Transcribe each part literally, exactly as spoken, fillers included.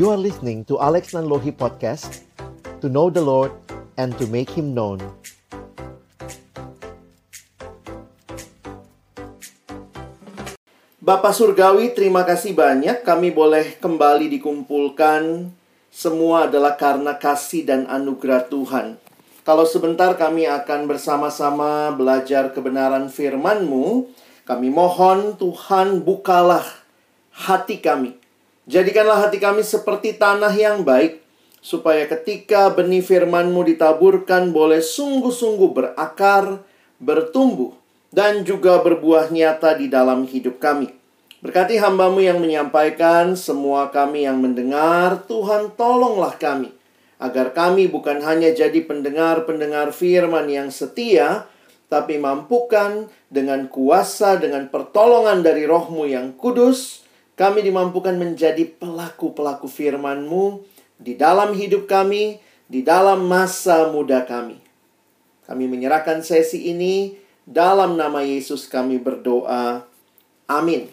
You are listening to Alex Nanlohi Podcast, to know the Lord and to make Him known. Bapak Surgawi, terima kasih banyak kami boleh kembali dikumpulkan. Semua adalah karena kasih dan anugerah Tuhan. Kalau sebentar kami akan bersama-sama belajar kebenaran firman-Mu, kami mohon Tuhan bukalah hati kami. Jadikanlah hati kami seperti tanah yang baik, supaya ketika benih firman-Mu ditaburkan boleh sungguh-sungguh berakar, bertumbuh, dan juga berbuah nyata di dalam hidup kami. Berkati hamba-Mu yang menyampaikan, semua kami yang mendengar, Tuhan tolonglah kami, agar kami bukan hanya jadi pendengar-pendengar firman yang setia, tapi mampukan dengan kuasa, dengan pertolongan dari Roh-Mu yang kudus, kami dimampukan menjadi pelaku-pelaku firman-Mu di dalam hidup kami, di dalam masa muda kami. Kami menyerahkan sesi ini dalam nama Yesus kami berdoa. Amin.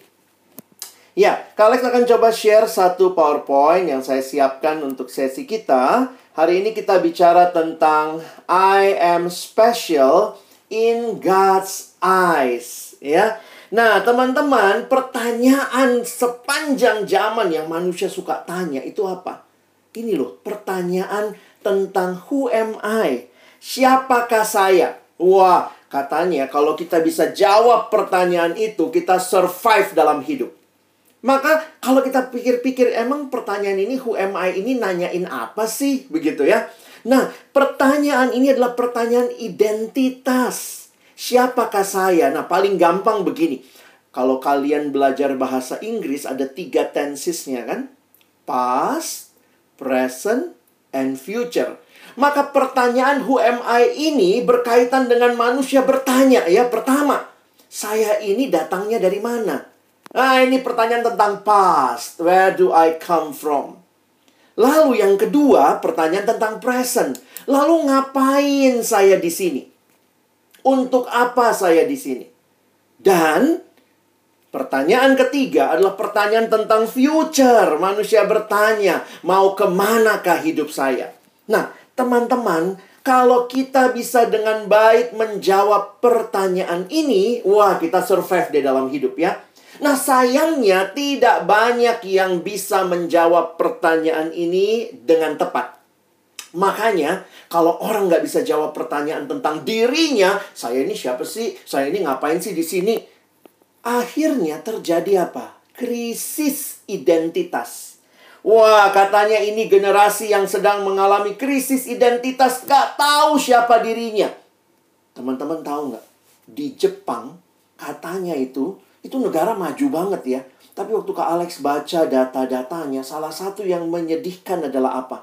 Ya, Kak Alex akan coba share satu PowerPoint yang saya siapkan untuk sesi kita. Hari ini kita bicara tentang I am special in God's eyes. Ya. Nah, teman-teman, pertanyaan sepanjang zaman yang manusia suka tanya itu apa? Ini loh, pertanyaan tentang who am I? Siapakah saya? Wah, katanya kalau kita bisa jawab pertanyaan itu, kita survive dalam hidup. Maka kalau kita pikir-pikir, emang pertanyaan ini who am I ini nanyain apa sih? Begitu ya. Nah, pertanyaan ini adalah pertanyaan identitas. Siapakah saya? Nah, paling gampang begini. Kalau kalian belajar bahasa Inggris ada tiga tensesnya kan? Past, present, and future. Maka pertanyaan who am I ini berkaitan dengan manusia bertanya ya. Pertama, saya ini datangnya dari mana? Nah, ini pertanyaan tentang past. Where do I come from? Lalu yang kedua, pertanyaan tentang present. Lalu ngapain saya di sini? Untuk apa saya di sini? Dan pertanyaan ketiga adalah pertanyaan tentang future. Manusia bertanya, mau kemanakah hidup saya? Nah, teman-teman, kalau kita bisa dengan baik menjawab pertanyaan ini, wah, kita survive di dalam hidup ya. Nah, sayangnya tidak banyak yang bisa menjawab pertanyaan ini dengan tepat. Makanya, kalau orang nggak bisa jawab pertanyaan tentang dirinya, saya ini siapa sih? Saya ini ngapain sih di sini? Akhirnya terjadi apa? Krisis identitas. Wah, katanya ini generasi yang sedang mengalami krisis identitas, nggak tahu siapa dirinya. Teman-teman tahu nggak? Di Jepang, katanya itu, itu negara maju banget ya. Tapi waktu Kak Alex baca data-datanya, salah satu yang menyedihkan adalah apa?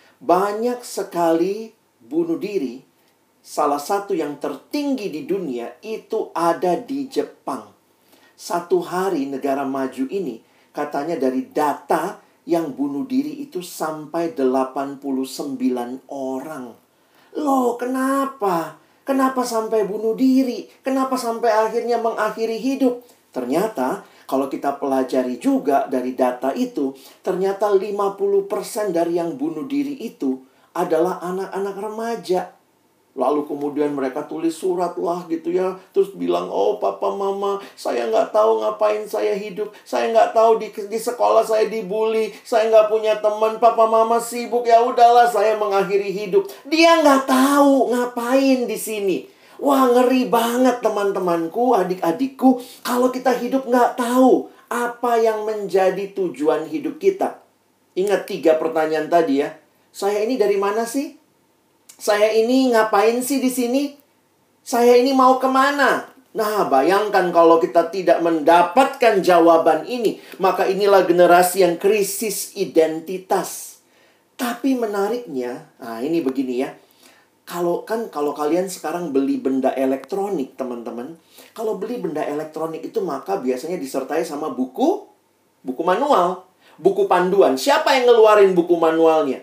Banyak sekali bunuh diri. Salah satu yang tertinggi di dunia itu ada di Jepang. Satu hari negara maju ini, katanya dari data yang bunuh diri itu sampai delapan puluh sembilan orang. Loh, kenapa? Kenapa sampai bunuh diri? Kenapa sampai akhirnya mengakhiri hidup? Ternyata kalau kita pelajari juga dari data itu, ternyata lima puluh persen dari yang bunuh diri itu adalah anak-anak remaja. Lalu kemudian mereka tulis surat lah gitu ya. Terus bilang, oh papa mama, saya nggak tahu ngapain saya hidup. Saya nggak tahu di, di sekolah saya dibully. Saya nggak punya teman. Papa mama sibuk. Ya udahlah, saya mengakhiri hidup. Dia nggak tahu ngapain di sini. Wah, ngeri banget teman-temanku, adik-adikku. Kalau kita hidup nggak tahu apa yang menjadi tujuan hidup kita. Ingat tiga pertanyaan tadi ya. Saya ini dari mana sih? Saya ini ngapain sih di sini? Saya ini mau kemana? Nah, bayangkan kalau kita tidak mendapatkan jawaban ini. Maka inilah generasi yang krisis identitas. Tapi menariknya, nah ini begini ya. Kalau kan kalau kalian sekarang beli benda elektronik, teman-teman, kalau beli benda elektronik itu maka biasanya disertai sama buku, buku manual, buku panduan. Siapa yang ngeluarin buku manualnya?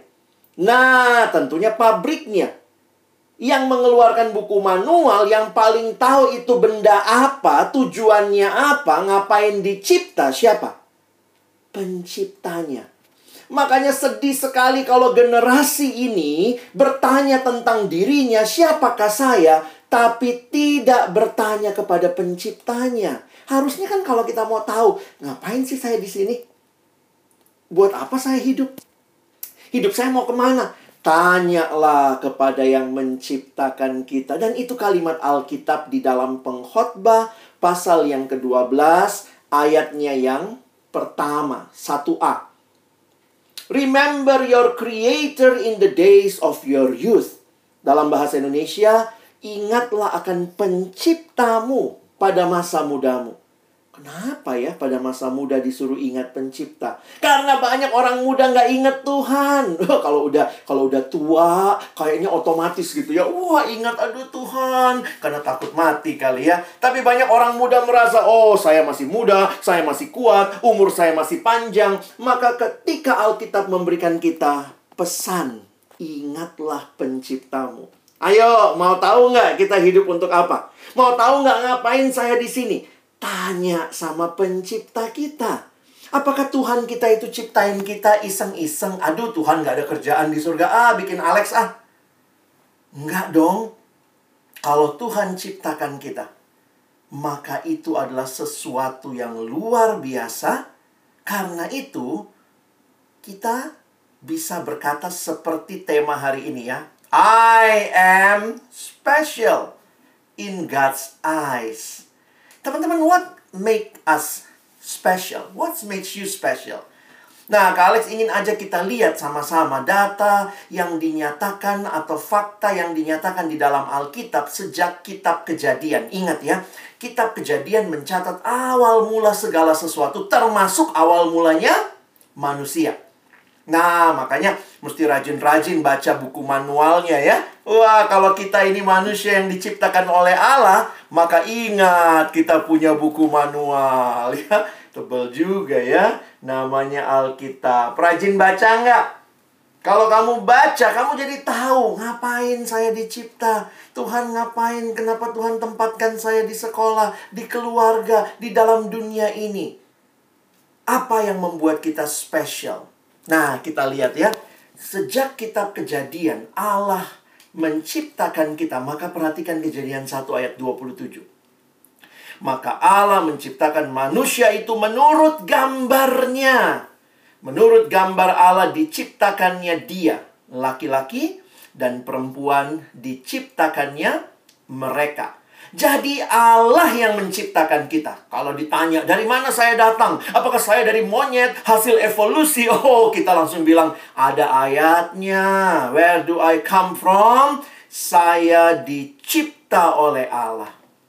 Nah, tentunya pabriknya. Yang mengeluarkan buku manual, yang paling tahu itu benda apa, tujuannya apa, ngapain dicipta, siapa? Penciptanya. Makanya sedih sekali kalau generasi ini bertanya tentang dirinya, siapakah saya, tapi tidak bertanya kepada penciptanya. Harusnya kan kalau kita mau tahu, ngapain sih saya di sini? Buat apa saya hidup? Hidup saya mau kemana? Tanyalah kepada yang menciptakan kita. Dan itu kalimat Alkitab di dalam Pengkhotbah pasal yang kedua belas, ayatnya yang pertama, satu A. Remember your creator in the days of your youth. Dalam bahasa Indonesia, ingatlah akan penciptamu pada masa mudamu. Kenapa ya pada masa muda disuruh ingat pencipta? Karena banyak orang muda nggak ingat Tuhan. Kalau udah kalau udah tua, kayaknya otomatis gitu ya. Wah, ingat aduh Tuhan. Karena takut mati kali ya. Tapi banyak orang muda merasa, oh saya masih muda, saya masih kuat, umur saya masih panjang. Maka ketika Alkitab memberikan kita pesan, ingatlah penciptamu. Ayo, mau tahu nggak kita hidup untuk apa? Mau tahu nggak ngapain saya di sini? Tanya sama pencipta kita. Apakah Tuhan kita itu ciptain kita iseng-iseng? Aduh, Tuhan gak ada kerjaan di surga. Ah, bikin Alex ah. Enggak dong. Kalau Tuhan ciptakan kita, maka itu adalah sesuatu yang luar biasa. Karena itu, kita bisa berkata seperti tema hari ini ya. I am special in God's eyes. Teman-teman, what make us special? What makes you special? Nah, Kak Alex ingin aja kita lihat sama-sama data yang dinyatakan atau fakta yang dinyatakan di dalam Alkitab sejak kitab Kejadian. Ingat ya, kitab Kejadian mencatat awal mula segala sesuatu, termasuk awal mulanya manusia. Nah, makanya mesti rajin-rajin baca buku manualnya ya. Wah, kalau kita ini manusia yang diciptakan oleh Allah, maka ingat kita punya buku manual ya. Tebal juga ya. Namanya Alkitab. Rajin baca nggak? Kalau kamu baca, kamu jadi tahu ngapain saya dicipta. Tuhan ngapain, kenapa Tuhan tempatkan saya di sekolah, di keluarga, di dalam dunia ini. Apa yang membuat kita spesial? Nah, kita lihat ya. Sejak kitab Kejadian, Allah menciptakan kita. Maka perhatikan Kejadian satu ayat dua puluh tujuh. Maka Allah menciptakan manusia itu menurut gambarnya. Menurut gambar Allah diciptakannya dia, laki-laki, dan perempuan diciptakannya mereka. Jadi Allah yang menciptakan kita. Kalau ditanya, dari mana saya datang? Apakah saya dari monyet, hasil evolusi? Oh, kita langsung bilang, ada ayatnya. Where do I come from? Saya dicipta oleh Allah.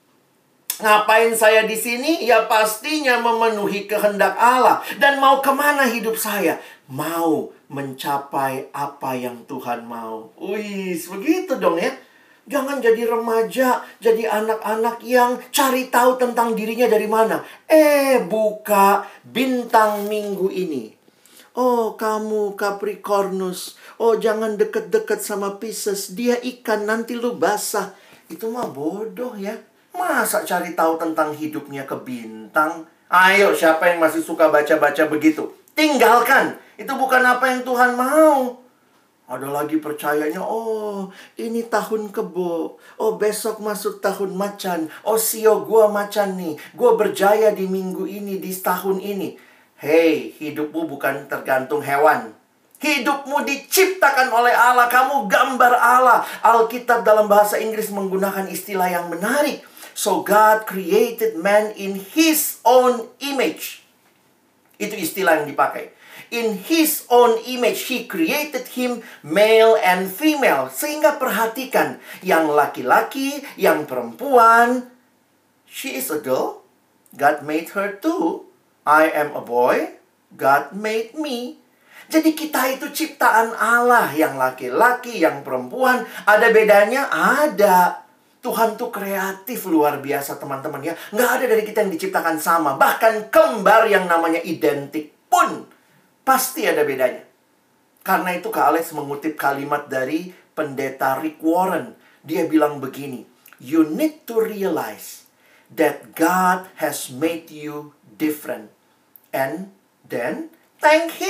Ngapain saya di sini? Ya pastinya memenuhi kehendak Allah. Dan mau kemana hidup saya? Mau mencapai apa yang Tuhan mau. Wih, begitu dong ya. Jangan jadi remaja, jadi anak-anak yang cari tahu tentang dirinya dari mana. Eh, buka bintang minggu ini. Oh, kamu Capricornus. Oh, jangan deket-deket sama Pisces. Dia ikan, nanti lu basah. Itu mah bodoh ya. Masa cari tahu tentang hidupnya ke bintang? Ayo, siapa yang masih suka baca-baca begitu? Tinggalkan. Itu bukan apa yang Tuhan mau. Ada lagi percayanya, oh ini tahun kebo. Oh besok masuk tahun macan. Oh sio gua macan nih. Gua berjaya di minggu ini, di tahun ini. Hei, hidupmu bukan tergantung hewan. Hidupmu diciptakan oleh Allah. Kamu gambar Allah. Alkitab dalam bahasa Inggris menggunakan istilah yang menarik. So God created man in His own image. Itu istilah yang dipakai. In His own image, He created him male and female. Sehingga perhatikan, yang laki-laki, yang perempuan, she is a girl, God made her too. I am a boy, God made me. Jadi kita itu ciptaan Allah, yang laki-laki, yang perempuan. Ada bedanya? Ada. Tuhan tuh kreatif luar biasa teman-teman ya. Nggak ada dari kita yang diciptakan sama. Bahkan kembar yang namanya identik pun pasti ada bedanya. Karena itu Kak Alex mengutip kalimat dari pendeta Rick Warren. Dia bilang begini, you need to realize that God has made you different. And then thank Him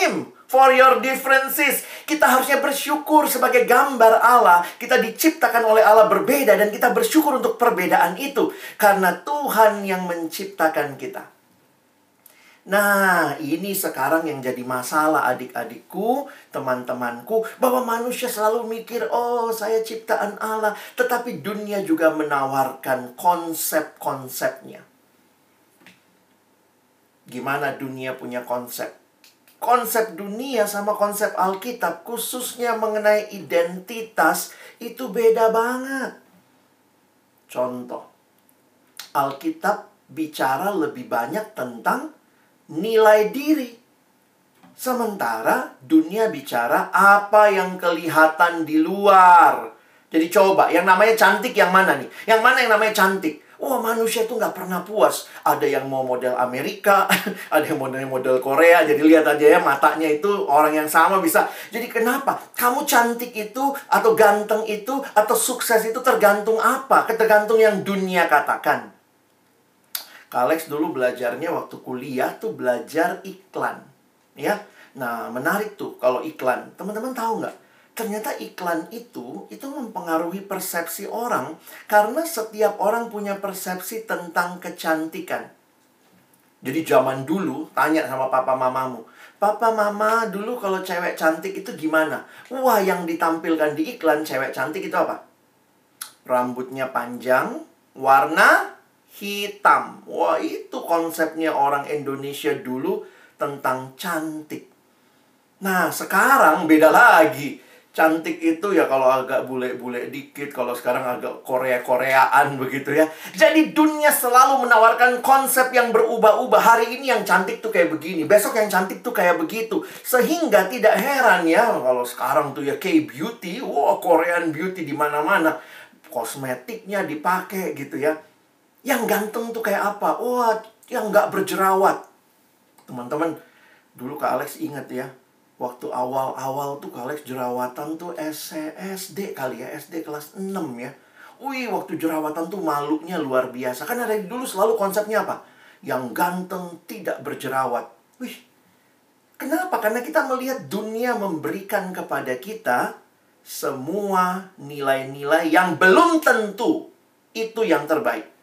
For your differences. Kita harusnya bersyukur sebagai gambar Allah. Kita diciptakan oleh Allah berbeda dan kita bersyukur untuk perbedaan itu. Karena Tuhan yang menciptakan kita. Nah, ini sekarang yang jadi masalah adik-adikku, teman-temanku. Bahwa manusia selalu mikir, oh saya ciptaan Allah. Tetapi dunia juga menawarkan konsep-konsepnya. Gimana dunia punya konsep? Konsep dunia sama konsep Alkitab, khususnya mengenai identitas, itu beda banget. Contoh, Alkitab bicara lebih banyak tentang nilai diri. Sementara dunia bicara apa yang kelihatan di luar. Jadi coba, yang namanya cantik yang mana nih? Yang mana yang namanya cantik? Wah, manusia itu nggak pernah puas. Ada yang mau model Amerika, ada yang model-model Korea. Jadi lihat aja ya, matanya itu orang yang sama bisa. Jadi kenapa? Kamu cantik itu, atau ganteng itu, atau sukses itu tergantung apa? Tergantung yang dunia katakan. Kak Alex dulu belajarnya waktu kuliah tuh belajar iklan. Ya, nah menarik tuh kalau iklan. Teman-teman tahu nggak? Ternyata iklan itu, itu mempengaruhi persepsi orang. Karena setiap orang punya persepsi tentang kecantikan. Jadi zaman dulu, tanya sama papa mamamu. Papa mama dulu kalau cewek cantik itu gimana? Wah, yang ditampilkan di iklan cewek cantik itu apa? Rambutnya panjang, warna hitam. Wah, itu konsepnya orang Indonesia dulu tentang cantik. Nah, sekarang beda lagi. Cantik itu ya kalau agak bule-bule dikit, kalau sekarang agak Korea-Koreaan begitu ya. Jadi dunia selalu menawarkan konsep yang berubah-ubah. Hari ini yang cantik tuh kayak begini, besok yang cantik tuh kayak begitu. Sehingga tidak heran ya kalau sekarang tuh ya K-beauty, wah Korean beauty di mana-mana. Kosmetiknya dipakai gitu ya. Yang ganteng tuh kayak apa? Wah, yang nggak berjerawat. Teman-teman, dulu Kak Alex ingat ya. Waktu awal-awal tuh Kak Alex jerawatan tuh S D kali ya, S D kelas enam ya. Wih, waktu jerawatan tuh malunya luar biasa. Kan dari dulu selalu konsepnya apa? Yang ganteng tidak berjerawat. Wih, kenapa? Karena kita melihat dunia memberikan kepada kita semua nilai-nilai yang belum tentu itu yang terbaik.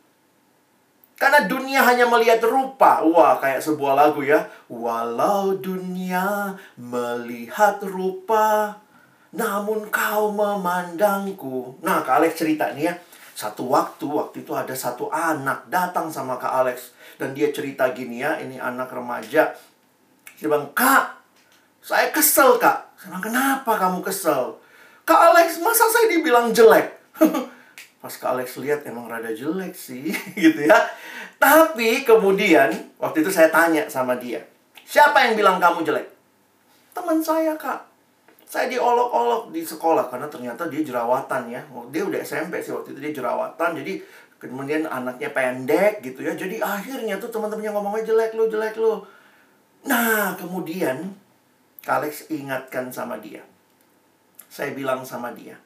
Karena dunia hanya melihat rupa. Wah, kayak sebuah lagu ya. Walau dunia melihat rupa, namun kau memandangku. Nah, Kak Alex cerita nih ya. Satu waktu, waktu itu ada satu anak datang sama Kak Alex. Dan dia cerita gini ya, ini anak remaja. Dia bilang, Kak, saya kesel Kak. Saya bilang, kenapa kamu kesel? Kak Alex, masa saya dibilang jelek? Pas Kak Alex lihat emang rada jelek sih, gitu ya. Tapi kemudian, waktu itu saya tanya sama dia, siapa yang bilang kamu jelek? Teman saya, Kak. Saya diolok-olok di sekolah, karena ternyata dia jerawatan ya. Dia udah S M P sih waktu itu, dia jerawatan. Jadi kemudian anaknya pendek gitu ya. Jadi akhirnya tuh teman-temannya ngomongnya jelek lu, jelek lu. Nah, kemudian Kak Alex ingatkan sama dia. Saya bilang sama dia,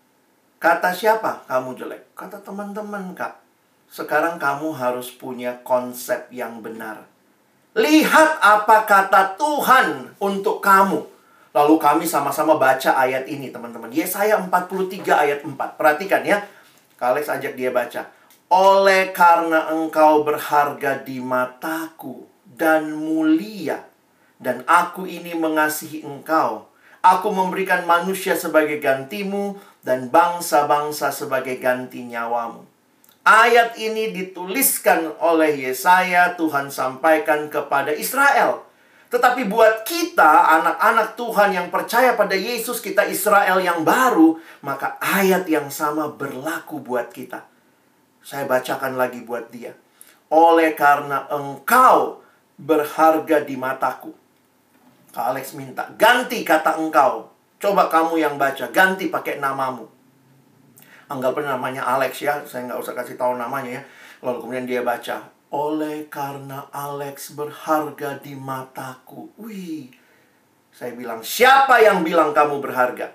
kata siapa kamu jelek? Kata teman-teman, Kak. Sekarang kamu harus punya konsep yang benar. Lihat apa kata Tuhan untuk kamu. Lalu kami sama-sama baca ayat ini, teman-teman. Yesaya empat puluh tiga ayat empat. Perhatikan ya. Kak Alex ajak dia baca. Oleh karena engkau berharga di mataku dan mulia, dan aku ini mengasihi engkau, aku memberikan manusia sebagai gantimu dan bangsa-bangsa sebagai ganti nyawamu. Ayat ini dituliskan oleh Yesaya, Tuhan sampaikan kepada Israel. Tetapi buat kita, anak-anak Tuhan yang percaya pada Yesus, kita Israel yang baru, maka ayat yang sama berlaku buat kita. Saya bacakan lagi buat dia. Oleh karena engkau berharga di mataku. Kak Alex minta, ganti kata engkau. Coba kamu yang baca, ganti pakai namamu. Anggapnya namanya Alex ya, saya nggak usah kasih tahu namanya ya. Lalu kemudian dia baca, oleh karena Alex berharga di mataku. Wih, saya bilang, siapa yang bilang kamu berharga?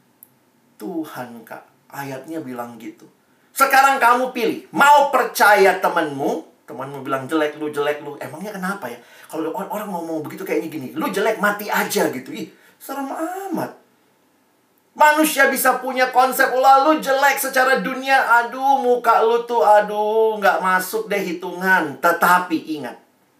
Tuhan, Kak. Ayatnya bilang gitu. Sekarang kamu pilih, mau percaya temanmu, Temanmu bilang jelek lu, jelek lu. Emangnya kenapa ya? Kalau orang ngomong begitu kayaknya gini, lu jelek mati aja gitu. Ih, serem amat. Manusia bisa punya konsep, lalu jelek secara dunia. Aduh, muka lu tuh, aduh, nggak masuk deh hitungan. Tetapi ingat,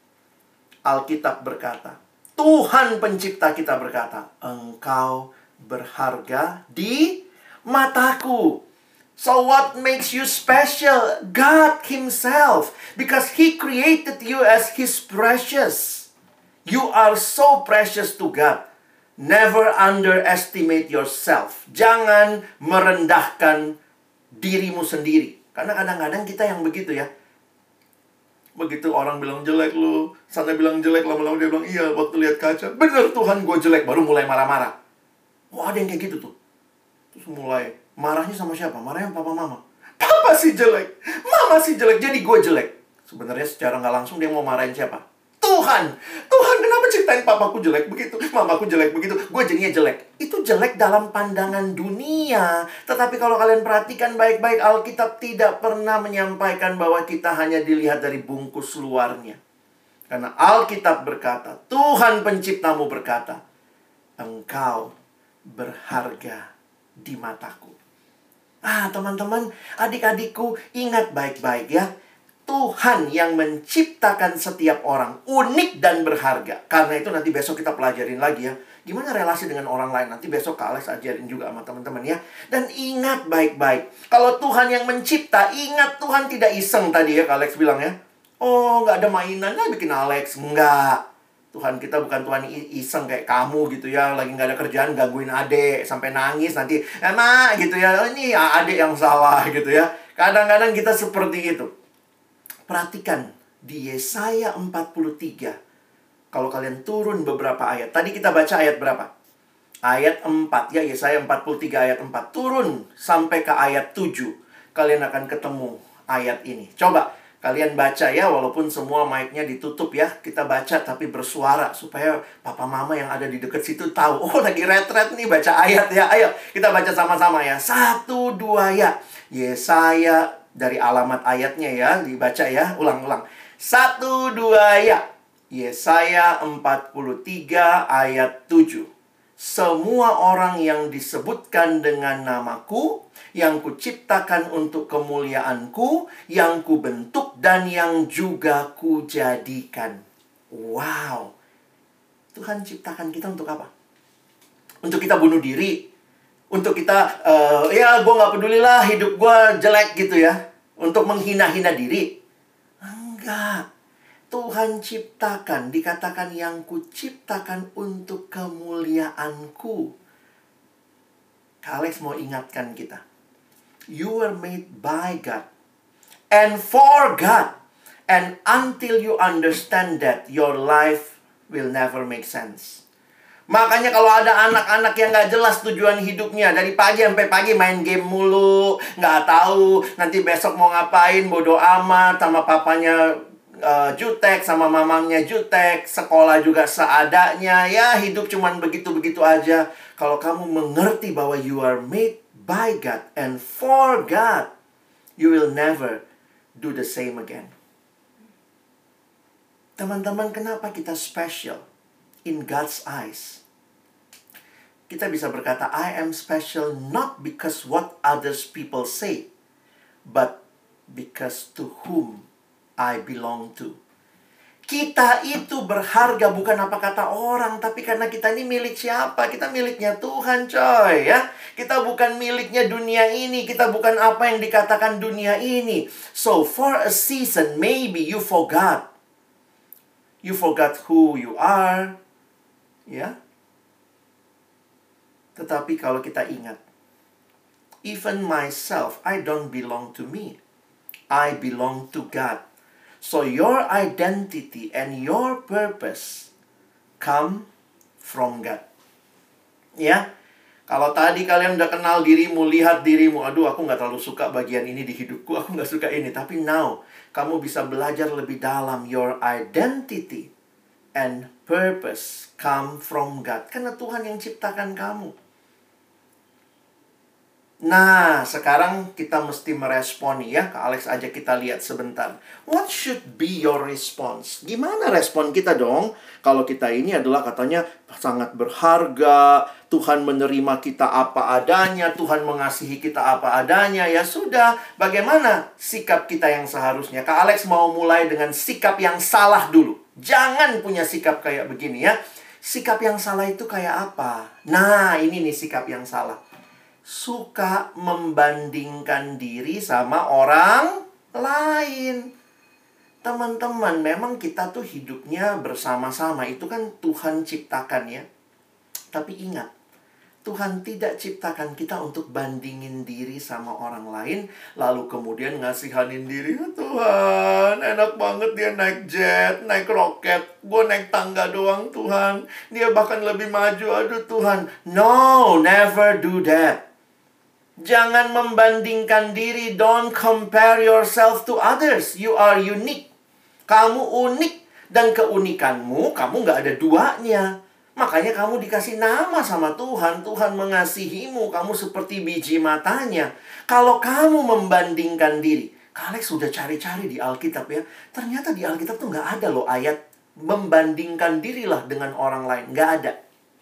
Alkitab berkata, Tuhan pencipta kita berkata, engkau berharga di mataku. So what makes you special? God Himself. Because He created you as His precious. You are so precious to God. Never underestimate yourself. Jangan merendahkan dirimu sendiri. Karena kadang-kadang kita yang begitu ya. Begitu orang bilang jelek lu, sana bilang jelek, lama-lama dia bilang, iya waktu lihat kaca, bener Tuhan gue jelek, baru mulai marah-marah. Wah, ada yang kayak gitu tuh. Terus mulai marahnya sama siapa? Marahnya papa mama. Papa sih jelek, mama sih jelek, jadi gue jelek. Sebenarnya secara nggak langsung dia mau marahin siapa? Tuhan. Tuhan, kenapa ciptain papaku jelek begitu, mamaku jelek begitu, gue jadinya jelek. Itu jelek dalam pandangan dunia. Tetapi kalau kalian perhatikan baik-baik, Alkitab tidak pernah menyampaikan bahwa kita hanya dilihat dari bungkus luarnya. Karena Alkitab berkata, Tuhan penciptamu berkata, engkau berharga di mataku. Ah, teman-teman, adik-adikku, ingat baik-baik ya. Tuhan yang menciptakan setiap orang unik dan berharga. Karena itu nanti besok kita pelajarin lagi ya. Gimana relasi dengan orang lain. Nanti besok Kak Alex ajarin juga sama teman-teman ya. Dan ingat baik-baik. Kalau Tuhan yang mencipta, ingat Tuhan tidak iseng tadi ya Kak Alex bilang ya. Oh, nggak ada mainan lah bikin Alex. Enggak. Tuhan kita bukan Tuhan iseng kayak kamu gitu ya. Lagi nggak ada kerjaan, gangguin adik. Sampai nangis nanti, emak gitu ya. Oh, ini adik yang salah gitu ya. Kadang-kadang kita seperti itu. Perhatikan di Yesaya empat puluh tiga. Kalau kalian turun beberapa ayat. Tadi kita baca ayat berapa? Ayat empat ya, Yesaya empat puluh tiga ayat empat. Turun sampai ke ayat tujuh. Kalian akan ketemu ayat ini. Coba kalian baca ya, walaupun semua mic-nya ditutup ya. Kita baca tapi bersuara supaya papa mama yang ada di dekat situ tahu. Oh, lagi retret nih baca ayat ya. Ayo kita baca sama-sama ya. Satu, dua ya. Yesaya, dari alamat ayatnya ya, dibaca ya, ulang-ulang. Satu, dua, ya. Yesaya empat puluh tiga ayat tujuh. Semua orang yang disebutkan dengan namaku, yang kuciptakan untuk kemuliaanku, yang kubentuk dan yang juga kujadikan. Wow. Tuhan ciptakan kita untuk apa? Untuk kita bunuh diri. Untuk kita, uh, ya gue gak peduli lah hidup gue jelek gitu ya. Untuk menghina-hina diri. Enggak. Tuhan ciptakan, dikatakan yang kuciptakan untuk kemuliaanku. Kak Alex mau ingatkan kita. You were made by God. And for God. And until you understand that, your life will never make sense. Makanya kalau ada anak-anak yang gak jelas tujuan hidupnya, dari pagi sampai pagi main game mulu, gak tahu nanti besok mau ngapain, bodo amat, sama papanya uh, jutek, sama mamanya jutek, sekolah juga seadanya, ya hidup cuman begitu-begitu aja. Kalau kamu mengerti bahwa you are made by God and for God, you will never do the same again. Teman-teman, kenapa kita special in God's eyes? Kita bisa berkata, I am special not because what others people say, but because to whom I belong to. Kita itu berharga bukan apa kata orang, tapi karena kita ini milik siapa? Kita miliknya Tuhan, coy, ya. Kita bukan miliknya dunia ini, kita bukan apa yang dikatakan dunia ini. So for a season, maybe you forgot. You forgot who you are, ya. Tetapi kalau kita ingat, even myself, I don't belong to me. I belong to God. So your identity and your purpose come from God. Ya, kalau tadi kalian udah kenal dirimu, lihat dirimu, aduh aku gak terlalu suka bagian ini di hidupku, aku gak suka ini. Tapi now, kamu bisa belajar lebih dalam. Your identity and purpose come from God. Karena Tuhan yang ciptakan kamu. Nah, sekarang kita mesti meresponi ya. Kak Alex ajak kita lihat sebentar. What should be your response? Gimana respon kita dong? Kalau kita ini adalah katanya sangat berharga, Tuhan menerima kita apa adanya, Tuhan mengasihi kita apa adanya. Ya sudah, bagaimana sikap kita yang seharusnya? Kak Alex mau mulai dengan sikap yang salah dulu. Jangan punya sikap kayak begini ya. Sikap yang salah itu kayak apa? Nah, ini nih sikap yang salah. Suka membandingkan diri sama orang lain. Teman-teman, memang kita tuh hidupnya bersama-sama. Itu kan Tuhan ciptakan ya. Tapi ingat, Tuhan tidak ciptakan kita untuk bandingin diri sama orang lain, lalu kemudian ngasihanin diri. Tuhan, enak banget dia naik jet, naik roket, gue naik tangga doang Tuhan. Dia bahkan lebih maju, aduh Tuhan. No, never do that. Jangan membandingkan diri. Don't compare yourself to others. You are unique. Kamu unik. Dan keunikanmu, kamu gak ada duanya. Makanya kamu dikasih nama sama Tuhan. Tuhan mengasihimu. Kamu seperti biji matanya. Kalau kamu membandingkan diri. Kak Alex sudah cari-cari di Alkitab ya. Ternyata di Alkitab tuh gak ada loh ayat membandingkan dirilah dengan orang lain. Gak ada.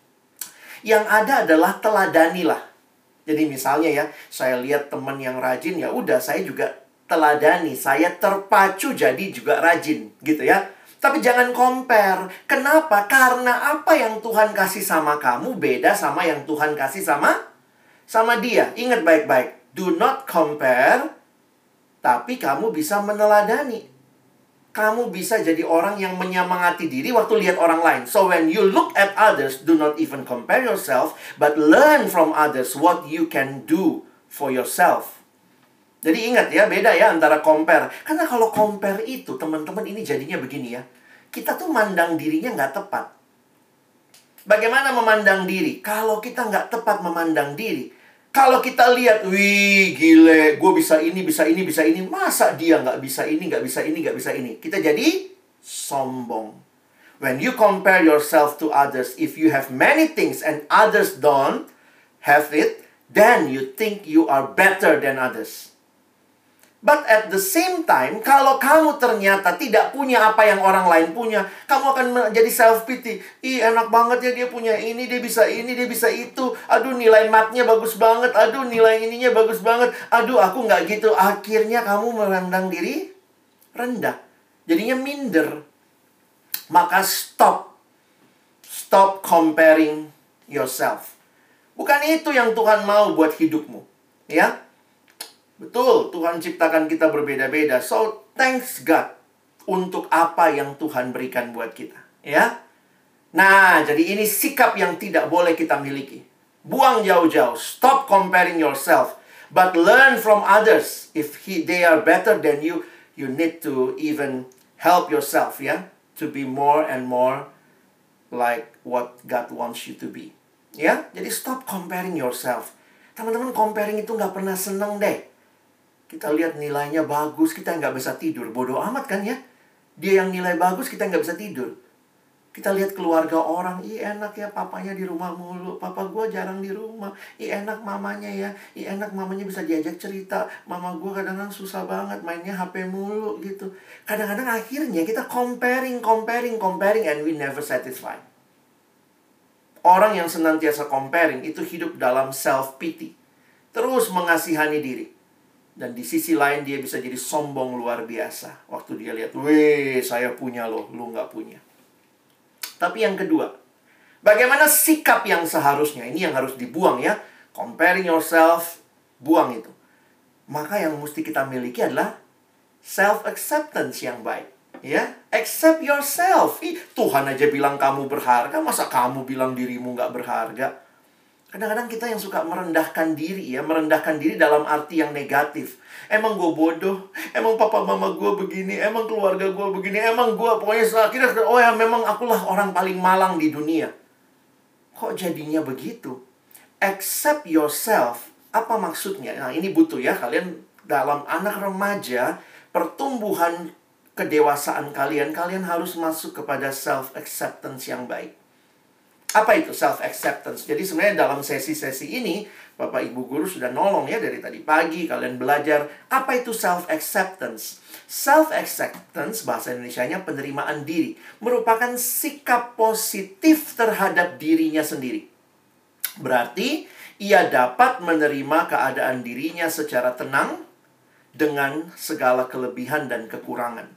Yang ada adalah teladanilah. Jadi misalnya ya, saya lihat teman yang rajin, ya udah saya juga teladani, saya terpacu jadi juga rajin, gitu ya. Tapi jangan compare. Kenapa? Karena apa yang Tuhan kasih sama kamu beda sama yang Tuhan kasih sama sama dia. Ingat baik-baik, do not compare, tapi kamu bisa meneladani. Kamu bisa jadi orang yang menyemangati diri waktu lihat orang lain. So when you look at others, do not even compare yourself, but learn from others what you can do for yourself. Jadi ingat ya, beda ya antara compare. Karena kalau compare itu, teman-teman, ini jadinya begini ya. Kita tuh mandang dirinya nggak tepat. Bagaimana memandang diri? Kalau kita nggak tepat memandang diri, kalau kita lihat, wih gile, gue bisa ini, bisa ini, bisa ini. Masa dia nggak bisa ini, nggak bisa ini, nggak bisa ini. Kita jadi sombong. When you compare yourself to others, if you have many things and others don't have it, then you think you are better than others. But at the same time, kalau kamu ternyata tidak punya apa yang orang lain punya, kamu akan menjadi self-pity. Ih, enak banget ya dia punya ini, dia bisa ini, dia bisa itu. Aduh, nilai matnya bagus banget. Aduh, nilai ininya bagus banget. Aduh, aku nggak gitu. Akhirnya kamu memandang diri rendah. Jadinya minder. Maka stop. Stop comparing yourself. Bukan itu yang Tuhan mau buat hidupmu. Ya. Betul, Tuhan ciptakan kita berbeda-beda. So, thanks God untuk apa yang Tuhan berikan buat kita. Ya. Nah, jadi ini sikap yang tidak boleh kita miliki. Buang jauh-jauh. Stop comparing yourself. But learn from others. If he, they are better than you, you need to even help yourself, ya. To be more and more like what God wants you to be. Ya, jadi stop comparing yourself. Teman-teman, comparing itu nggak pernah seneng deh. Kita lihat nilainya bagus, kita nggak bisa tidur. Bodoh amat kan ya? Dia yang nilai bagus, kita nggak bisa tidur. Kita lihat keluarga orang, ih enak ya papanya di rumah mulu. Papa gue jarang di rumah. Ih enak mamanya ya. Ih enak mamanya bisa diajak cerita. Mama gue kadang-kadang susah banget, mainnya H P mulu gitu. Kadang-kadang akhirnya kita comparing, comparing, comparing, and we never satisfied. Orang yang senantiasa comparing itu hidup dalam self-pity. Terus mengasihani diri. Dan di sisi lain dia bisa jadi sombong luar biasa. Waktu dia lihat, weh saya punya loh, lu nggak punya. Tapi yang kedua, bagaimana sikap yang seharusnya? Ini yang harus dibuang ya. Comparing yourself, buang itu. Maka yang mesti kita miliki adalah self-acceptance yang baik. Ya, accept yourself. Ih, Tuhan aja bilang kamu berharga, masa kamu bilang dirimu nggak berharga? Kadang-kadang kita yang suka merendahkan diri ya. Merendahkan diri dalam arti yang negatif. Emang gue bodoh. Emang papa mama gue begini. Emang keluarga gue begini. Emang gue pokoknya akhirnya, oh ya memang akulah orang paling malang di dunia. Kok jadinya begitu? Accept yourself. Apa maksudnya? Nah ini butuh ya. Kalian dalam anak remaja, pertumbuhan kedewasaan kalian, kalian harus masuk kepada self-acceptance yang baik. Apa itu self-acceptance? Jadi sebenarnya dalam sesi-sesi ini, Bapak Ibu Guru sudah nolong ya dari tadi pagi, kalian belajar. Apa itu self-acceptance? Self-acceptance, bahasa Indonesianya penerimaan diri, merupakan sikap positif terhadap dirinya sendiri. Berarti, ia dapat menerima keadaan dirinya secara tenang, dengan segala kelebihan dan kekurangan.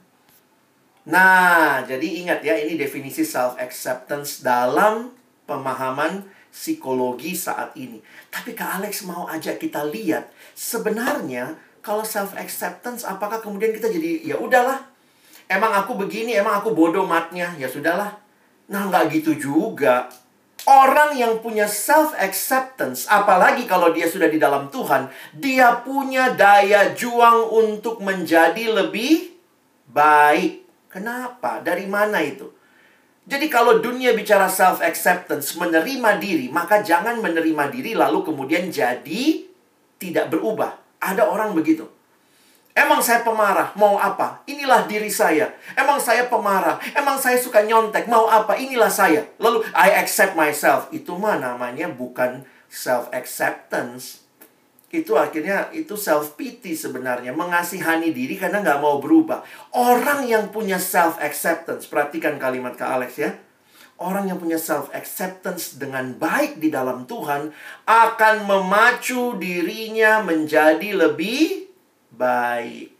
Nah, jadi ingat ya, ini definisi self-acceptance dalam pemahaman psikologi saat ini. Tapi Kak Alex mau ajak kita lihat, sebenarnya kalau self-acceptance, apakah kemudian kita jadi, ya udahlah, emang aku begini, emang aku bodoh matnya, ya sudahlah. Nah, nggak gitu juga. Orang yang punya self-acceptance, apalagi kalau dia sudah di dalam Tuhan, dia punya daya juang untuk menjadi lebih baik. Kenapa? Dari mana itu? Jadi kalau dunia bicara self-acceptance, menerima diri, maka jangan menerima diri lalu kemudian jadi tidak berubah. Ada orang begitu. Emang saya pemarah, mau apa? Inilah diri saya. Emang saya pemarah, emang saya suka nyontek, mau apa? Inilah saya. Lalu, I accept myself. Itu mah namanya bukan self-acceptance. Itu akhirnya, itu self-pity sebenarnya. Mengasihani diri karena nggak mau berubah. Orang yang punya self-acceptance, perhatikan kalimat Kak Alex ya. Orang yang punya self-acceptance dengan baik di dalam Tuhan akan memacu dirinya menjadi lebih baik.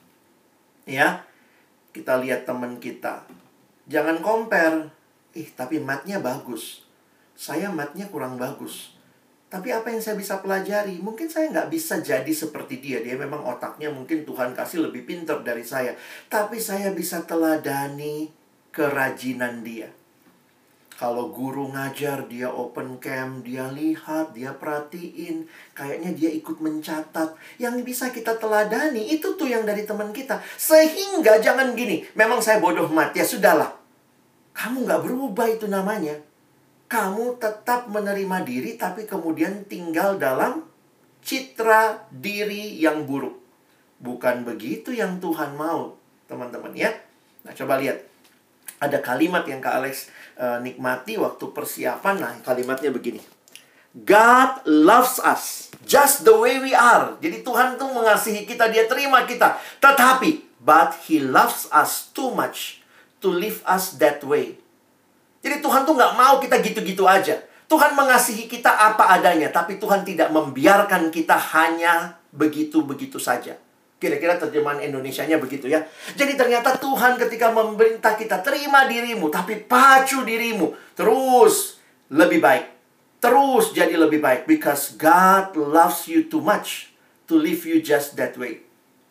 Ya, kita lihat teman kita. Jangan compare. Ih, tapi matnya bagus. Saya matnya kurang bagus. Tapi apa yang saya bisa pelajari? Mungkin saya nggak bisa jadi seperti dia. Dia memang otaknya mungkin Tuhan kasih lebih pintar dari saya. Tapi saya bisa teladani kerajinan dia. Kalau guru ngajar, dia open cam, dia lihat, dia perhatiin. Kayaknya dia ikut mencatat. Yang bisa kita teladani, itu tuh yang dari teman kita. Sehingga jangan gini, memang saya bodoh mat, ya sudahlah. Kamu nggak berubah itu namanya. Kamu tetap menerima diri, tapi kemudian tinggal dalam citra diri yang buruk. Bukan begitu yang Tuhan mau, teman-teman ya. Nah, coba lihat. Ada kalimat yang Kak Alex uh, nikmati waktu persiapan. Nah, kalimatnya begini. God loves us just the way we are. Jadi Tuhan tuh mengasihi kita, dia terima kita. Tetapi, but He loves us too much to leave us that way. Jadi Tuhan tuh nggak mau kita gitu-gitu aja. Tuhan mengasihi kita apa adanya, tapi Tuhan tidak membiarkan kita hanya begitu-begitu saja. Kira-kira terjemahan Indonesianya begitu ya. Jadi ternyata Tuhan ketika memerintah kita, terima dirimu, tapi pacu dirimu. Terus lebih baik. Terus jadi lebih baik. Because God loves you too much to leave you just that way.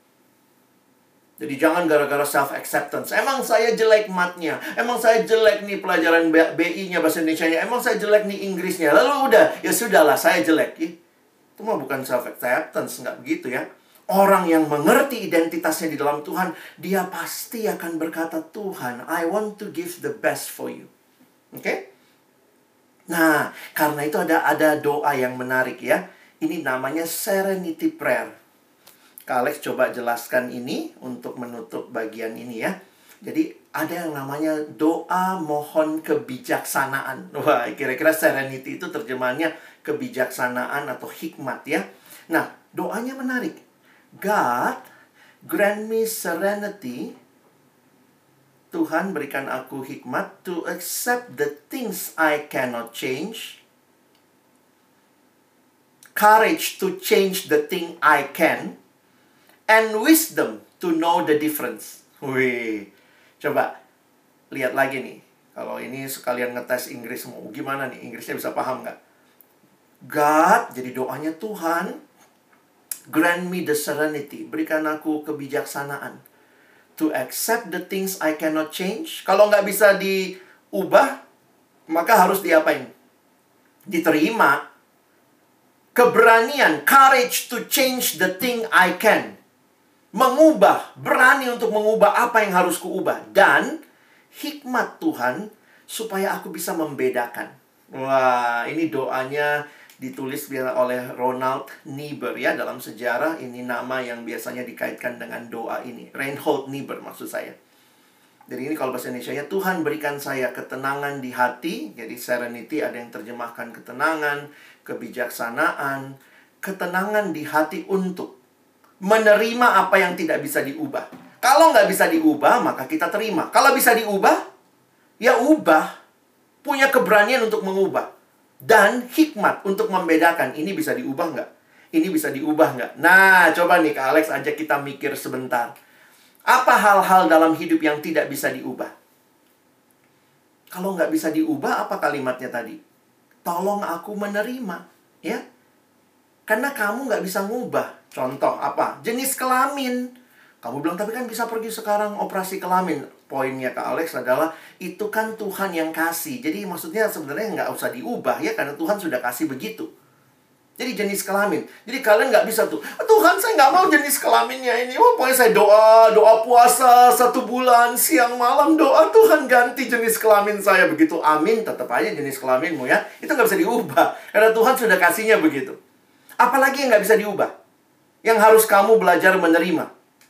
Jadi jangan gara-gara self-acceptance. Emang saya jelek matnya. Emang saya jelek nih pelajaran B I-nya bahasa Indonesianya. Emang saya jelek nih Inggrisnya. Lalu udah, ya sudahlah saya jelek. Ih, itu mah bukan self-acceptance. Nggak begitu ya. Orang yang mengerti identitasnya di dalam Tuhan, dia pasti akan berkata, Tuhan, I want to give the best for you. Oke? Okay? Nah, karena itu ada ada doa yang menarik ya. Ini namanya serenity prayer. Kak Alex coba jelaskan ini untuk menutup bagian ini ya. Jadi ada yang namanya doa mohon kebijaksanaan. Wah, kira-kira serenity itu terjemahannya kebijaksanaan atau hikmat ya. Nah, doanya menarik. God, grant me serenity. Tuhan berikan aku hikmat to accept the things I cannot change. Courage to change the thing I can. And wisdom to know the difference. Wih, coba lihat lagi nih. Kalau ini sekalian ngetes Inggris, mau gimana nih? Inggrisnya bisa paham nggak? God, jadi doanya Tuhan, grant me the serenity. Berikan aku kebijaksanaan. To accept the things I cannot change. Kalau nggak bisa diubah, maka harus diapain? Diterima. Keberanian, courage to change the thing I can. Mengubah, berani untuk mengubah apa yang harus kuubah. Dan hikmat Tuhan supaya aku bisa membedakan. Wah, ini doanya ditulis oleh Ronald Niebuhr ya. Dalam sejarah ini nama yang biasanya dikaitkan dengan doa ini. Reinhold Niebuhr maksud saya. Jadi ini kalau bahasa Indonesia ya, Tuhan berikan saya ketenangan di hati. Jadi serenity ada yang terjemahkan ketenangan, kebijaksanaan, ketenangan di hati untuk menerima apa yang tidak bisa diubah. Kalau nggak bisa diubah, maka kita terima. Kalau bisa diubah, ya ubah. Punya keberanian untuk mengubah. Dan hikmat untuk membedakan. Ini bisa diubah nggak? Ini bisa diubah nggak? Nah, coba nih Kak Alex ajak kita mikir sebentar. Apa hal-hal dalam hidup yang tidak bisa diubah? Kalau nggak bisa diubah, apa kalimatnya tadi? Tolong aku menerima. Ya, karena kamu nggak bisa ngubah. Contoh apa? Jenis kelamin. Kamu bilang, tapi kan bisa pergi sekarang operasi kelamin. Poinnya Kak Alex adalah, itu kan Tuhan yang kasih. Jadi maksudnya sebenarnya nggak usah diubah ya, karena Tuhan sudah kasih begitu. Jadi jenis kelamin. Jadi kalian nggak bisa tuh, Tuhan saya nggak mau jenis kelaminnya ini. Oh, pokoknya saya doa, doa puasa satu bulan, siang malam doa, Tuhan ganti jenis kelamin saya. Begitu amin, tetap aja jenis kelaminmu ya. Itu nggak bisa diubah. Karena Tuhan sudah kasihnya begitu. Apalagi yang nggak bisa diubah? Yang harus kamu belajar menerima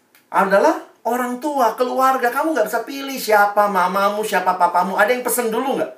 adalah orang tua, keluarga. Kamu nggak bisa pilih siapa mamamu, siapa papamu. Ada yang pesen dulu nggak?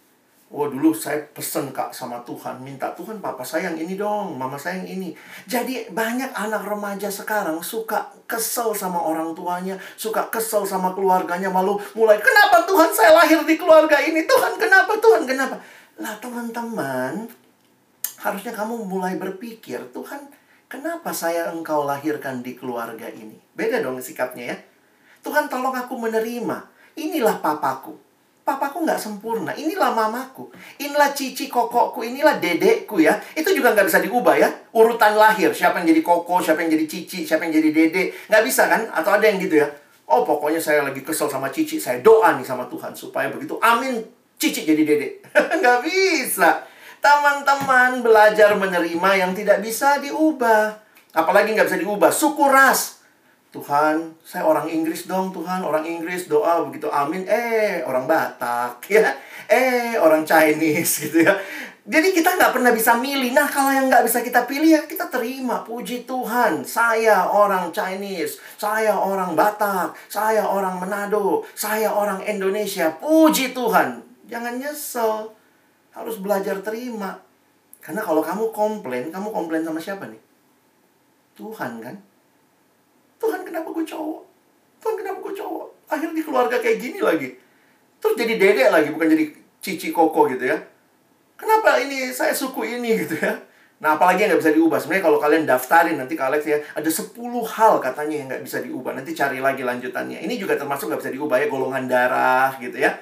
Oh, dulu saya pesen Kak sama Tuhan. Minta, Tuhan papa saya yang ini dong, mama saya yang ini. Jadi banyak anak remaja sekarang suka kesel sama orang tuanya, suka kesel sama keluarganya. Malu mulai, kenapa Tuhan saya lahir di keluarga ini? Tuhan kenapa? Tuhan kenapa? Lah teman-teman, harusnya kamu mulai berpikir, Tuhan kenapa saya engkau lahirkan di keluarga ini? Beda dong sikapnya ya. Tuhan tolong aku menerima. Inilah papaku. Papaku nggak sempurna. Inilah mamaku. Inilah cici kokokku. Inilah dedekku ya. Itu juga nggak bisa diubah ya. Urutan lahir. Siapa yang jadi koko, siapa yang jadi cici, siapa yang jadi dedek. Nggak bisa kan? Atau ada yang gitu ya. Oh, pokoknya saya lagi kesel sama cici. Saya doa nih sama Tuhan. Supaya begitu, amin, cici jadi dedek. Nggak bisa. Teman-teman belajar menerima yang tidak bisa diubah. Apalagi nggak bisa diubah. Suku ras. Tuhan, saya orang Inggris dong Tuhan. Orang Inggris doa begitu amin. Eh, orang Batak ya. Eh, orang Chinese gitu ya. Jadi kita nggak pernah bisa milih. Nah, kalau yang nggak bisa kita pilih ya kita terima. Puji Tuhan, saya orang Chinese. Saya orang Batak. Saya orang Manado. Saya orang Indonesia. Puji Tuhan. Jangan nyesel. Harus belajar terima. Karena kalau kamu komplain, kamu komplain sama siapa nih? Tuhan kan? Tuhan kenapa gue cowok? Tuhan kenapa gue cowok? Akhirnya di keluarga kayak gini lagi. Terus jadi dedek lagi, bukan jadi cici koko gitu ya. Kenapa ini saya suku ini gitu ya. Nah, apalagi yang nggak bisa diubah. Sebenarnya kalau kalian daftarin nanti ke Alex ya, ada sepuluh hal katanya yang nggak bisa diubah. Nanti cari lagi lanjutannya. Ini juga termasuk nggak bisa diubah ya, golongan darah gitu ya.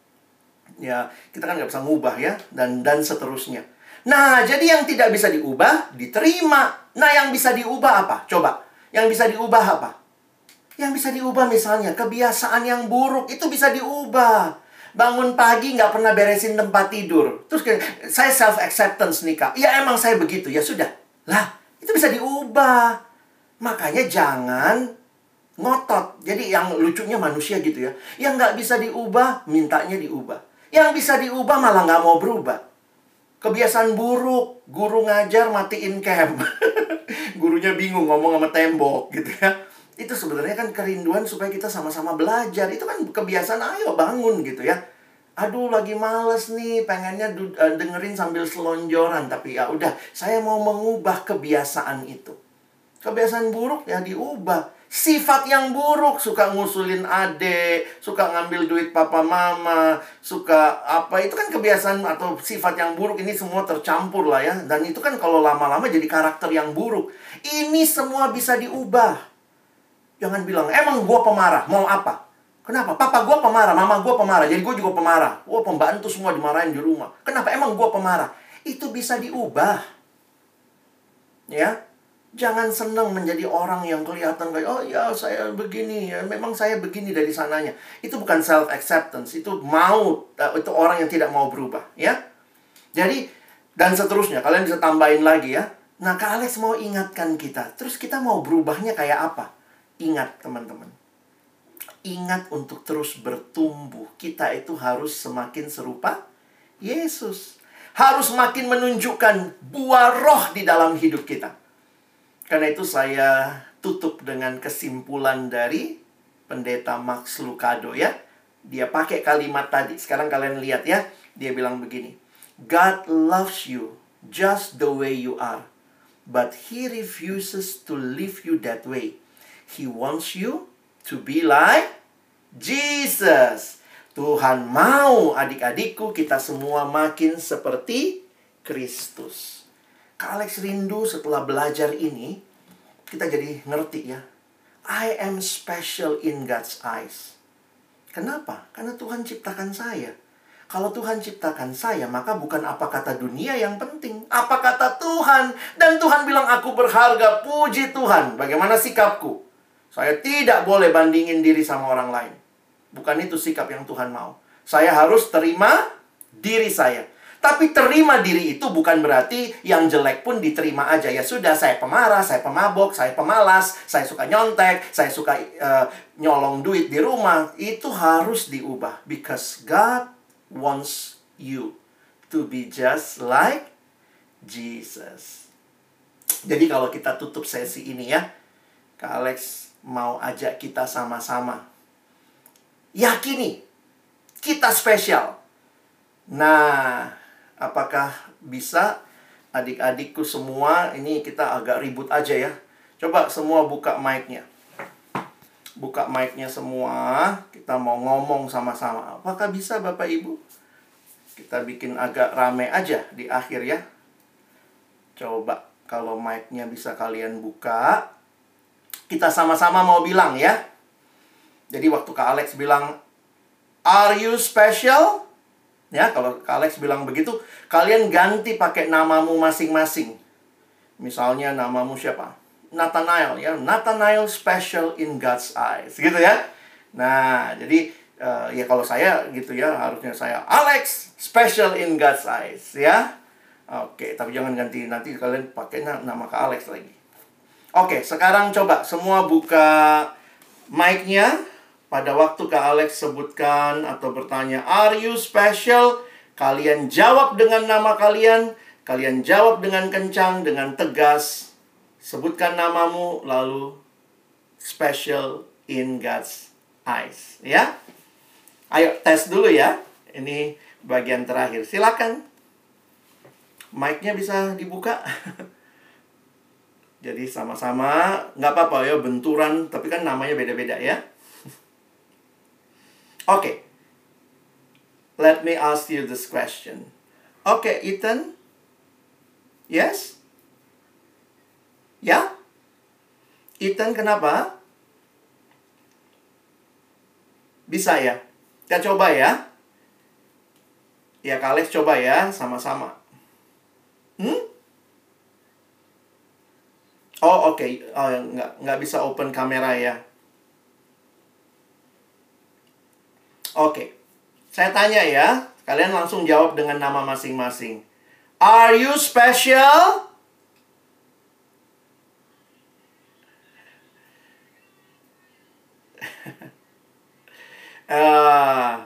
Ya, kita kan nggak bisa ngubah ya, dan dan seterusnya. Nah, jadi yang tidak bisa diubah, diterima. Nah, yang bisa diubah apa? Coba. Yang bisa diubah apa? Yang bisa diubah misalnya kebiasaan yang buruk itu bisa diubah. Bangun pagi nggak pernah beresin tempat tidur. Terus kayak, saya self acceptance nih Kak. Ya emang saya begitu, ya sudah. Lah, itu bisa diubah. Makanya jangan ngotot. Jadi yang lucunya manusia gitu ya. Yang nggak bisa diubah, mintanya diubah. Yang bisa diubah malah nggak mau berubah. Kebiasaan buruk, guru ngajar matiin cam. Gurunya bingung ngomong sama tembok gitu ya. Itu sebenarnya kan kerinduan supaya kita sama-sama belajar. Itu kan kebiasaan, ayo bangun gitu ya. Aduh lagi males nih, pengennya dengerin sambil selonjoran. Tapi ya udah, saya mau mengubah kebiasaan itu. Kebiasaan buruk ya diubah. Sifat yang buruk, suka ngusulin adik, suka ngambil duit papa mama, suka apa, itu kan kebiasaan atau sifat yang buruk. Ini semua tercampur lah ya. Dan itu kan kalau lama-lama jadi karakter yang buruk. Ini semua bisa diubah. Jangan bilang, emang gue pemarah, mau apa? Kenapa? Papa gue pemarah, mama gue pemarah, jadi gue juga pemarah. Wah, pembantu semua dimarahin di rumah. Kenapa? Emang gue pemarah. Itu bisa diubah. Ya. Jangan senang menjadi orang yang kelihatan kayak, oh ya saya begini ya, memang saya begini dari sananya. Itu bukan self acceptance, itu mau, itu orang yang tidak mau berubah ya. Jadi, dan seterusnya, kalian bisa tambahin lagi ya. Nah, Kak Alex mau ingatkan kita, terus kita mau berubahnya kayak apa? Ingat teman-teman, ingat untuk terus bertumbuh. Kita itu harus semakin serupa Yesus. Harus makin menunjukkan buah roh di dalam hidup kita. Karena itu saya tutup dengan kesimpulan dari Pendeta Max Lucado ya. Dia pakai kalimat tadi. Sekarang kalian lihat ya. Dia bilang begini. God loves you just the way you are. But He refuses to leave you that way. He wants you to be like Jesus. Tuhan mau adik-adikku kita semua makin seperti Kristus. Kak Alex rindu setelah belajar ini, kita jadi ngerti ya. I am special in God's eyes. Kenapa? Karena Tuhan ciptakan saya. Kalau Tuhan ciptakan saya, maka bukan apa kata dunia yang penting. Apa kata Tuhan. Dan Tuhan bilang aku berharga, puji Tuhan. Bagaimana sikapku? Saya tidak boleh bandingin diri sama orang lain. Bukan itu sikap yang Tuhan mau. Saya harus terima diri saya. Tapi terima diri itu bukan berarti yang jelek pun diterima aja. Ya sudah, saya pemarah, saya pemabok, saya pemalas, saya suka nyontek, saya suka uh, nyolong duit di rumah. Itu harus diubah. Because God wants you to be just like Jesus. Jadi kalau kita tutup sesi ini ya, Kak Alex mau ajak kita sama-sama yakini kita spesial. Nah, apakah bisa adik-adikku semua? Ini kita agak ribut aja ya. Coba semua buka mic-nya. Buka mic-nya semua. Kita mau ngomong sama-sama. Apakah bisa Bapak Ibu? Kita bikin agak rame aja di akhir ya. Coba kalau mic-nya bisa kalian buka. Kita sama-sama mau bilang ya. Jadi waktu Kak Alex bilang, are you special? Ya, kalau Kak Alex bilang begitu, kalian ganti pakai namamu masing-masing. Misalnya namamu siapa? Nathanael ya. Nathanael special in God's eyes. Gitu ya. Nah, jadi uh, ya kalau saya gitu ya, harusnya saya Alex special in God's eyes ya. Oke, tapi jangan ganti, nanti kalian pakai nama Kak Alex lagi. Oke, sekarang coba semua buka mic-nya. Pada waktu Kak Alex sebutkan atau bertanya, are you special? Kalian jawab dengan nama kalian. Kalian jawab dengan kencang, dengan tegas. Sebutkan namamu, lalu special in God's eyes. Ya? Ayo, tes dulu ya. Ini bagian terakhir. Silakan. Mic-nya bisa dibuka. Jadi sama-sama, nggak apa-apa ya, benturan. Tapi kan namanya beda-beda ya. Oke, okay. Let me ask you this question. Oke, okay, Ethan? Yes? Ya? Ethan kenapa? Bisa ya? Kita coba ya? Ya, Kak Alex coba ya, sama-sama. Hmm? Oh, oke. Okay. Oh, nggak, nggak bisa open kamera ya. Oke, saya tanya ya, kalian langsung jawab dengan nama masing-masing. Are you special? uh,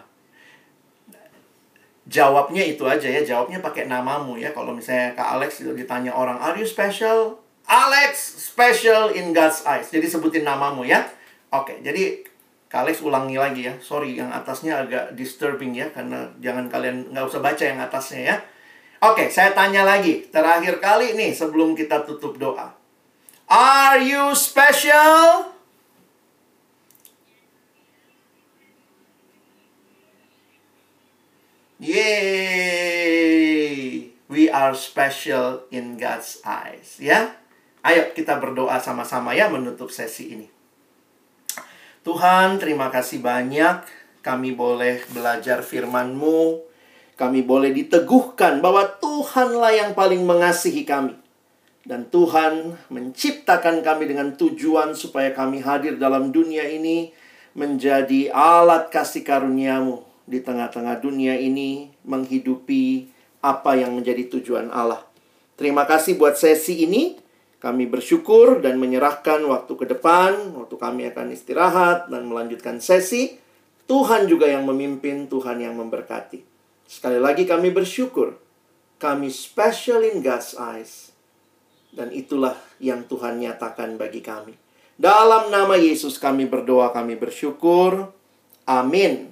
jawabnya itu aja ya, jawabnya pakai namamu ya. Kalau misalnya Kak Alex ditanya orang, are you special? Alex special in God's eyes. Jadi sebutin namamu ya. Oke, jadi Kak Alex ulangi lagi ya. Sorry, yang atasnya agak disturbing ya. Karena jangan kalian, nggak usah baca yang atasnya ya. Oke, saya tanya lagi. Terakhir kali nih sebelum kita tutup doa. Are you special? Yeay. We are special in God's eyes. Ya. Ayo kita berdoa sama-sama ya menutup sesi ini. Tuhan, terima kasih banyak kami boleh belajar firman-Mu. Kami boleh diteguhkan bahwa Tuhanlah yang paling mengasihi kami. Dan Tuhan menciptakan kami dengan tujuan supaya kami hadir dalam dunia ini menjadi alat kasih karunia-Mu di tengah-tengah dunia ini, menghidupi apa yang menjadi tujuan Allah. Terima kasih buat sesi ini. Kami bersyukur dan menyerahkan waktu ke depan, waktu kami akan istirahat dan melanjutkan sesi. Tuhan juga yang memimpin, Tuhan yang memberkati. Sekali lagi kami bersyukur. Kami special in God's eyes. Dan itulah yang Tuhan nyatakan bagi kami. Dalam nama Yesus kami berdoa, kami bersyukur. Amin.